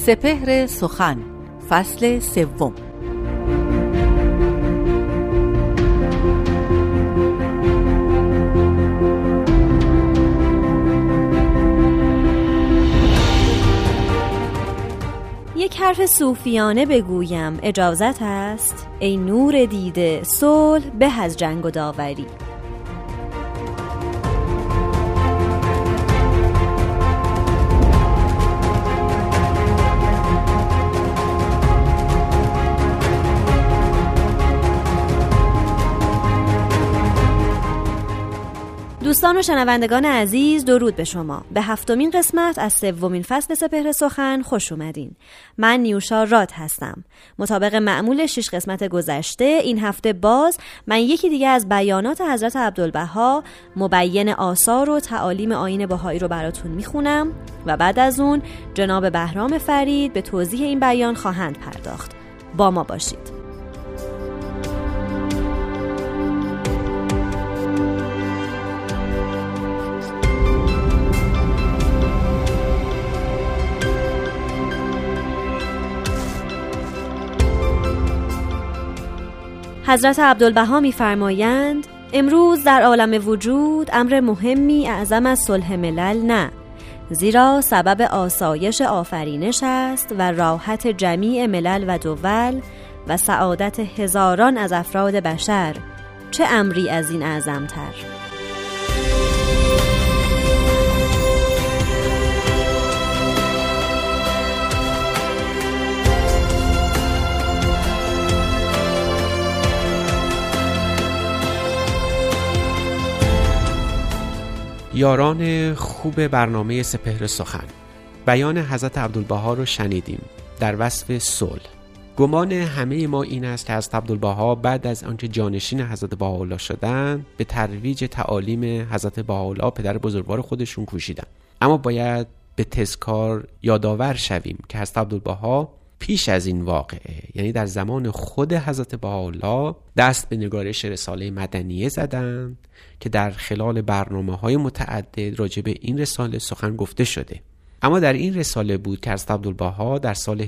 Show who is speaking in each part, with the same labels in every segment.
Speaker 1: سپهر سخن فصل سوم.
Speaker 2: یک حرف صوفیانه بگویم اجازت است؟ ای نور دیده، صلح به از جنگ و داوری. دوستان و شنوندگان عزیز، درود به شما. به 7مین قسمت از 3مین فصل سپهر سخن خوش اومدین. من نیوشا راد هستم. مطابق معمول 6 قسمت گذشته، این هفته باز من یکی دیگه از بیانات حضرت عبدالبها مبین آثار و تعالیم آیین بهایی رو براتون میخونم و بعد از اون جناب بهرام فرید به توضیح این بیان خواهند پرداخت. با ما باشید. حضرت عبدالبها می‌فرمایند امروز در عالم وجود امر مهمی اعظم از صلح ملل نه، زیرا سبب آسایش آفرینش است و راحت جمیع ملل و دول و سعادت هزاران از افراد بشر. چه امری از این اعظم‌تر؟
Speaker 3: یاران خوب برنامه سپهر سخن، بیان حضرت عبدالبها رو شنیدیم در وصف صلح. گمان همه ما این است که حضرت عبدالبها بعد از آنکه جانشین حضرت بهاءالله شدند به ترویج تعالیم حضرت بهاءالله پدر بزرگوار خودشون کوشیدند. اما باید به تذکار یادآور شویم که حضرت عبدالبها پیش از این واقعه، یعنی در زمان خود حضرت بهاءالله، دست به نگارش رساله مدنیه زدند که در خلال برنامه‌های متعدد راجع به این رساله سخن گفته شده. اما در این رساله بود که حضرت عبدالبها در سال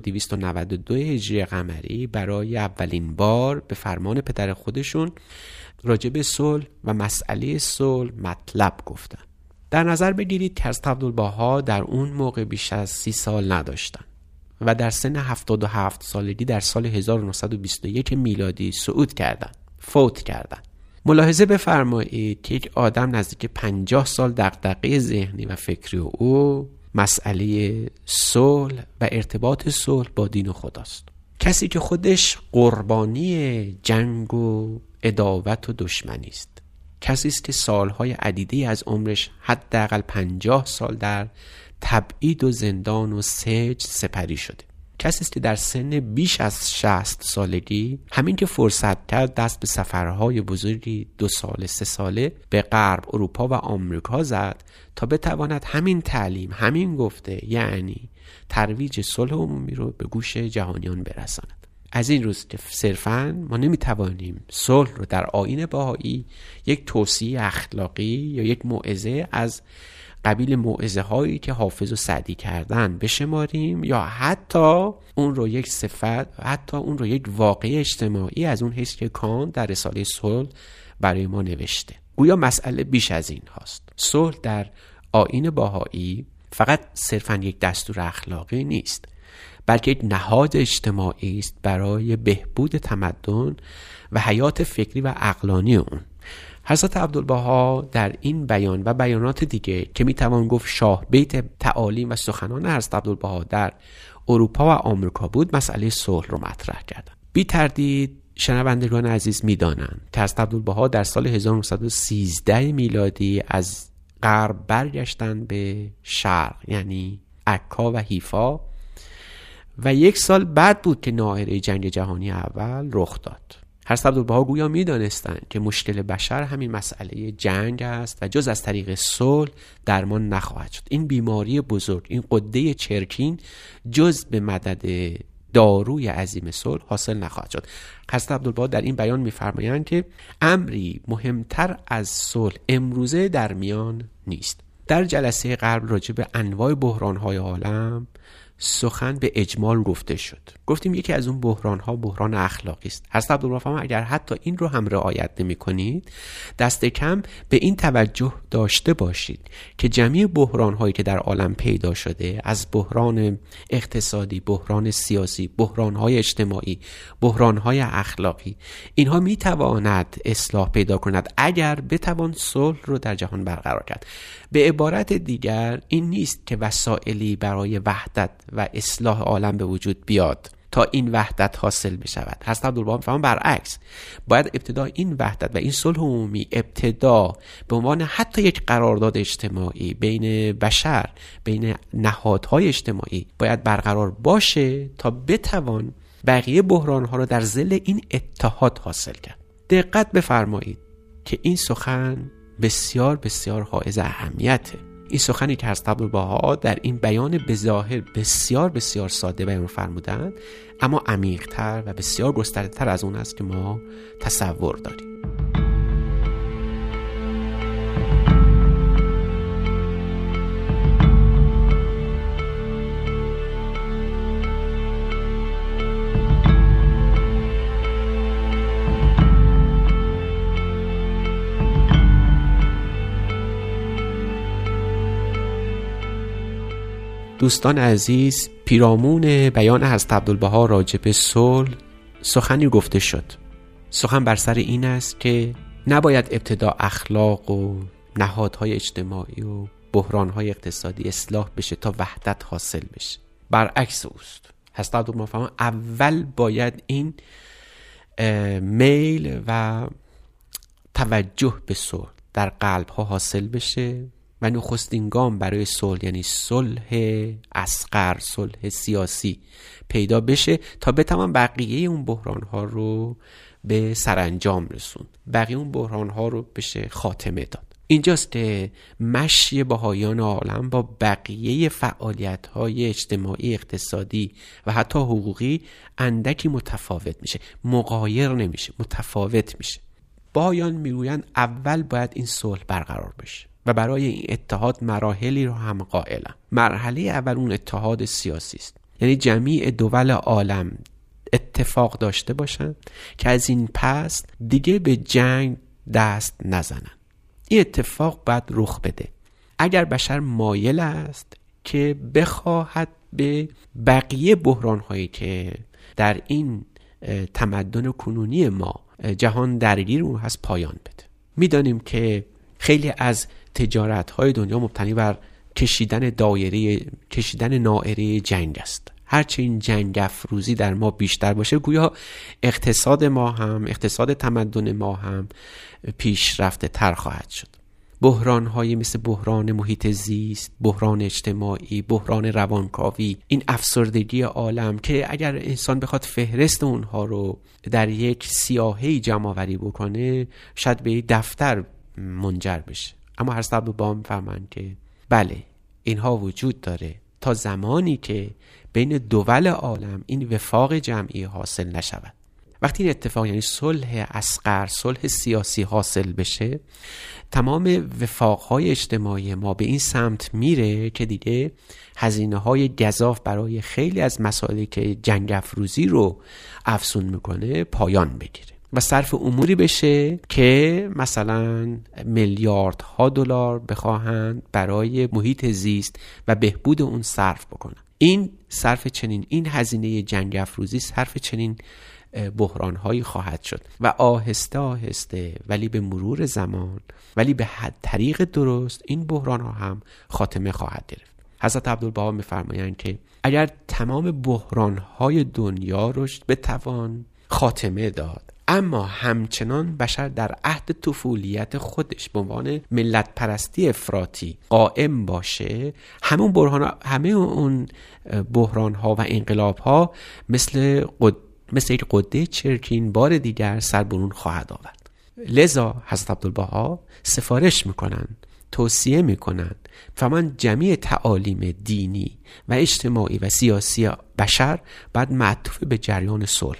Speaker 3: 1292 هجری قمری برای اولین بار به فرمان پدر خودشون راجع به صلح و مسئله صلح مطلب گفتند. در نظر بگیرید که حضرت عبدالبها در اون موقع بیش از 30 سال نداشتند و در سن 77 سالگی در سال 1921 میلادی صعود کردند، فوت کردند. ملاحظه بفرمایید که یک آدم نزدیک 50 سال دغدغه ذهنی و فکری او مسئله صلح و ارتباط صلح با دین و خداست. کسی که خودش قربانی جنگ و عداوت و دشمنی است. کسی است که سالهای عدیده از عمرش حداقل 50 سال در تبعید و زندان و سجن سپری شده. کسی است که در سن بیش از 60 سالگی همین که فرصت کرد دست به سفرهای بزرگی 2 ساله 3 ساله به غرب، اروپا و آمریکا زد تا بتواند همین تعلیم، همین گفته، یعنی ترویج صلح عمومی رو به گوش جهانیان برساند. از این روز که صرفاً ما نمیتوانیم صلح رو در آیین بهایی یک توصیه اخلاقی یا یک موعظه از قبیل موعظه هایی که حافظ و سعدی کردن بشماریم یا حتی اون رو یک صفت، حتی اون رو یک واقعه اجتماعی از اون حیث که کانت در رساله صلح برای ما نوشته. گویا مسئله بیش از این هاست. صلح در آیین بهایی فقط صرفاً یک دستور اخلاقی نیست، بلکه یک نهاد اجتماعی است برای بهبود تمدن و حیات فکری و عقلانی اون. حضرت عبدالبها در این بیان و بیانات دیگه که میتوان گفت شاه بیت تعالیم و سخنان حضرت عبدالبها در اروپا و آمریکا بود، مسئله صلح رو مطرح کردن. بی تردید شنوندگان عزیز میدانند که حضرت عبدالبها در سال 1913 میلادی از غرب برگشتند به شرق، یعنی عکا و حیفا، و 1 سال بعد بود که ناحیه جنگ جهانی اول رخ داد. حضرت عبدالبها گویا می‌دانستند که مشکل بشر همین مسئله جنگ است و جز از طریق صلح درمان نخواهد شد. این بیماری بزرگ، این قده چرکین جز به مدد داروی عظیم صلح حاصل نخواهد شد. حضرت عبدالبها در این بیان می‌فرمایند که امری مهمتر از صلح امروزه در میان نیست. در جلسه قبل راجع به انواع بحران‌های عالم سخن به اجمال گفته شد. گفتیم یکی از اون بحران‌ها بحران اخلاقی است. حضرت عبدالبها فرمودند اگر حتی این رو هم رعایت نمی‌کنید، دست کم به این توجه داشته باشید که جمعی بحران‌هایی که در عالم پیدا شده، از بحران اقتصادی، بحران سیاسی، بحران‌های اجتماعی، بحران‌های اخلاقی، اینها می‌تواند اصلاح پیدا کند اگر بتوان صلح رو در جهان برقرار کرد. به عبارت دیگر این نیست که وسائلی برای وحدت و اصلاح عالم به وجود بیاد تا این وحدت حاصل بشود. حضرت عبدالبها می‌فرمایند برعکس، باید ابتدا این وحدت و این صلح عمومی ابتدا به عنوان حتی یک قرارداد اجتماعی بین بشر، بین نهادهای اجتماعی باید برقرار باشه تا بتوان بقیه بحران‌ها را در ظل این اتحاد حاصل کرد. دقت بفرمایید که این سخن بسیار بسیار حائز اهمیته. این سخنی که حضرت عبدالبها در این بیان بظاهر بسیار بسیار ساده بیان فرمودند، اما عمیق‌تر و بسیار گسترده‌تر از اون است که ما تصور داریم. دوستان عزیز، پیرامون بیان حضرت عبدالبها راجع به صلح سخنی گفته شد. سخن بر سر این است که نباید ابتدا اخلاق و نهادهای اجتماعی و بحرانهای اقتصادی اصلاح بشه تا وحدت حاصل بشه. برعکس اوست. حضرت عبدالبها فرمودند اول باید این میل و توجه به صلح در قلب‌ها حاصل بشه و نخستین گام برای صلح، یعنی صلح اصغر، صلح سیاسی پیدا بشه تا بتوان بقیه اون بحران‌ها رو به سرانجام رسوند، بقیه اون بحران‌ها رو بشه خاتمه داد. اینجاست که مشی بهائیان عالم با بقیه فعالیت‌های اجتماعی، اقتصادی و حتی حقوقی اندکی متفاوت میشه، مغایر نمیشه، متفاوت میشه. بهائیان میگویند اول باید این صلح برقرار بشه و برای این اتحاد مراحلی رو هم قائلم. مرحله اول اون اتحاد سیاسی است، یعنی جمیع دول عالم اتفاق داشته باشن که از این پس دیگه به جنگ دست نزنن. این اتفاق باید رخ بده. اگر بشر مایل است که بخواهد به بقیه بحران‌هایی که در این تمدن کنونی ما جهان درگیر اون هست پایان بده. میدانیم که خیلی از تجارت‌های دنیا مبتنی بر کشیدن نائره جنگ است. هرچه این جنگ افروزی در ما بیشتر باشه، گویا اقتصاد ما هم، اقتصاد تمدن ما هم پیشرفته تر خواهد شد. بحران‌هایی مثل بحران محیط زیست، بحران اجتماعی، بحران روانکاوی، این افسردگی عالم که اگر انسان بخواد فهرست اونها رو در یک سیاهی جمع‌آوری بکنه شاید به دفتر منجر بشه. اما هر صاحب با می‌فهمن که بله اینها وجود داره تا زمانی که بین دول عالم این وفاق جمعی حاصل نشود. وقتی این اتفاق یعنی صلح اصغر، صلح سیاسی حاصل بشه، تمام وفاق‌های اجتماعی ما به این سمت میره که دیگه هزینه‌های گزاف برای خیلی از مسائلی که جنگ افروزی رو افزون میکنه پایان بگیره و صرف اموری بشه که مثلا میلیاردها دلار بخواهند برای محیط زیست و بهبود اون صرف بکنن. این هزینه جنگ افروزی صرف چنین بحران‌هایی خواهد شد و آهسته آهسته ولی به مرور زمان ولی به طریق درست این بحران‌ها هم خاتمه خواهد گرفت. حضرت عبدالبها می‌فرمایند که اگر تمام بحران‌های دنیا رو بتوان خاتمه داد، اما همچنان بشر در عهد طفولیت خودش به عنوان ملت پرستی افراطی قائم باشه، همه اون بحران‌ها و انقلاب‌ها مثل یک قده چرکین بار دیگر سربرون خواهد آورد. لذا حضرت عبدالبها سفارش میکنند، توصیه میکنند فرمان جمیع تعالیم دینی و اجتماعی و سیاسی بشر باید معطوف به جریان صلح باشه.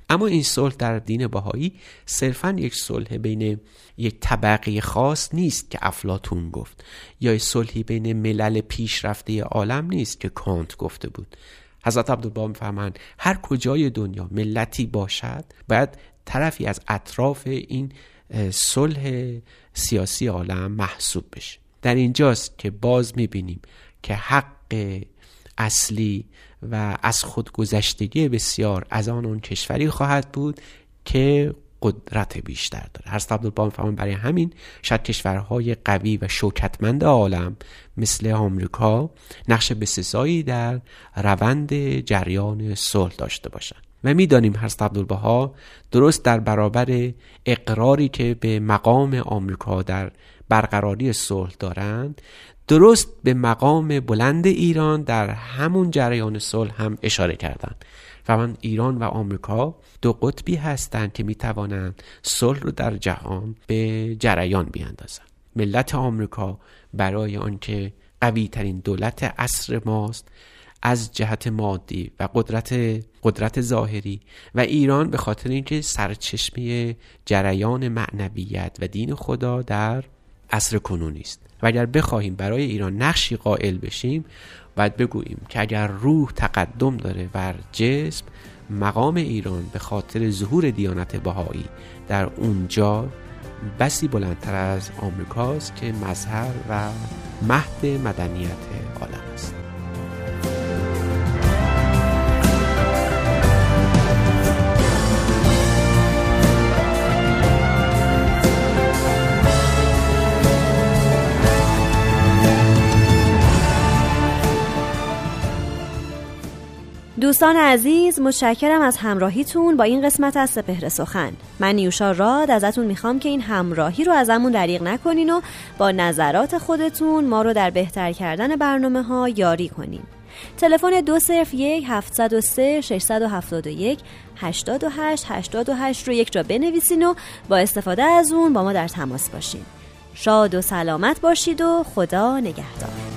Speaker 3: اما این صلح در دین بهایی صرفاً یک صلح بین یک طبقه خاص نیست که افلاطون گفت، یا صلحی بین ملل پیشرفته عالم نیست که کانت گفته بود. حضرت عبدالبها می‌فرمایند هر کجای دنیا ملتی باشد باید طرفی از اطراف این صلح سیاسی عالم محسوب بشه. در اینجاست که باز می‌بینیم که حق اصلی و از خودگذشتگی بسیار از آن کشوری خواهد بود که قدرت بیشتر داره. حضرت عبدالبها می‌فرمایند برای همین شاید کشورهای قوی و شوکتمند عالم مثل آمریکا نقش بسزایی در روند جریان صلح داشته باشند. و می‌دانیم حضرت عبدالبها درست در برابر اقراری که به مقام آمریکا در برقراری صلح دارند، درست به مقام بلند ایران در همون جریان صلح هم اشاره کردند. و من ایران و آمریکا دو قطبی هستند که میتوانند صلح رو در جهان به جریان بیاندازند. ملت آمریکا برای آنکه قوی ترین دولت عصر ماست از جهت مادی و قدرت ظاهری، و ایران به خاطر اینکه سرچشمه جریان معنویت و دین خدا در عصر کنونی است. و اگر بخواهیم برای ایران نقشی قائل بشیم باید بگوییم که اگر روح تقدم داره و جسم، مقام ایران به خاطر ظهور دیانت بهایی در اونجا بسی بلندتر از آمریکاست که مظهر و مهد مدنیت عالم است.
Speaker 2: دوستان عزیز، متشکرم از همراهیتون با این قسمت از سپهر سخن. من نیوشا راد ازتون میخوام که این همراهی رو ازمون دریغ نکنین و با نظرات خودتون ما رو در بهتر کردن برنامه ها یاری کنین. تلفن 201-703-671-88-88 رو یک جا بنویسین و با استفاده از اون با ما در تماس باشین. شاد و سلامت باشید و خدا نگهدار.